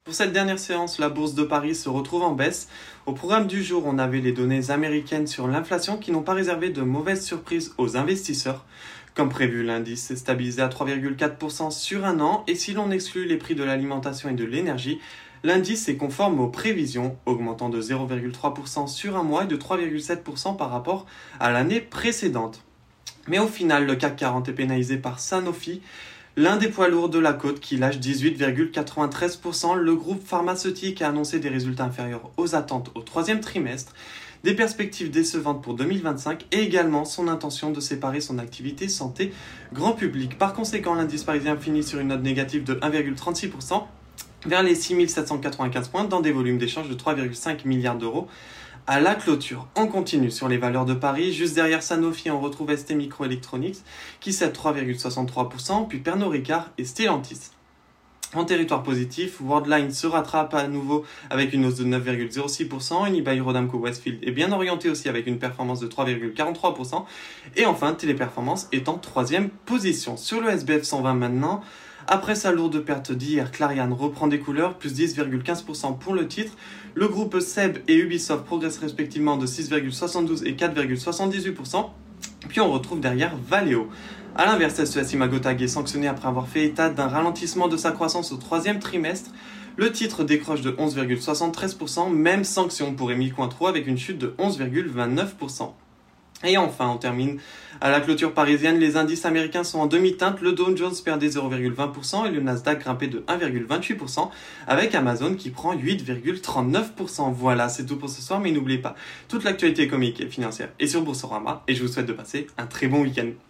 Pour cette dernière séance, la bourse de Paris se retrouve en baisse. Au programme du jour, on avait les données américaines sur l'inflation qui n'ont pas réservé de mauvaises surprises aux investisseurs. Comme prévu, l'indice s'est stabilisé à 3,4% sur un an et si l'on exclut les prix de l'alimentation et de l'énergie, l'indice est conforme aux prévisions, augmentant de 0,3% sur un mois et de 3,7% par rapport à l'année précédente. Mais au final, le CAC 40 est pénalisé par Sanofi, l'un des poids lourds de la côte qui lâche 18,93%. Le groupe pharmaceutique a annoncé des résultats inférieurs aux attentes au troisième trimestre, des perspectives décevantes pour 2025 et également son intention de séparer son activité santé grand public. Par conséquent, l'indice parisien finit sur une note négative de 1,36% vers les 6795 points dans des volumes d'échange de 3,5 milliards d'euros. À la clôture, on continue sur les valeurs de Paris. Juste derrière Sanofi, on retrouve STMicroelectronics qui cède 3,63%, puis Pernod Ricard et Stellantis. En territoire positif, Worldline se rattrape à nouveau avec une hausse de 9,06%. Unibail-Rodamco-Westfield est bien orienté aussi avec une performance de 3,43%. Et enfin, Téléperformance est en troisième position. Sur le SBF 120 maintenant, après sa lourde perte d'hier, Clariane reprend des couleurs, plus 10,15% pour le titre. Le groupe SEB et Ubisoft progressent respectivement de 6,72% et 4,78%. Puis on retrouve derrière Valeo. A l'inverse, SES-imagotag est sanctionné après avoir fait état d'un ralentissement de sa croissance au troisième trimestre. Le titre décroche de 11,73%, même sanction pour Émile Cointreau avec une chute de 11,29%. Et enfin, on termine à la clôture parisienne. Les indices américains sont en demi-teinte. Le Dow Jones perdait 0,20% et le Nasdaq grimpait de 1,28% avec Amazon qui prend 8,39%. Voilà, c'est tout pour ce soir, mais n'oubliez pas toute l'actualité économique et financière est sur Boursorama et je vous souhaite de passer un très bon week-end.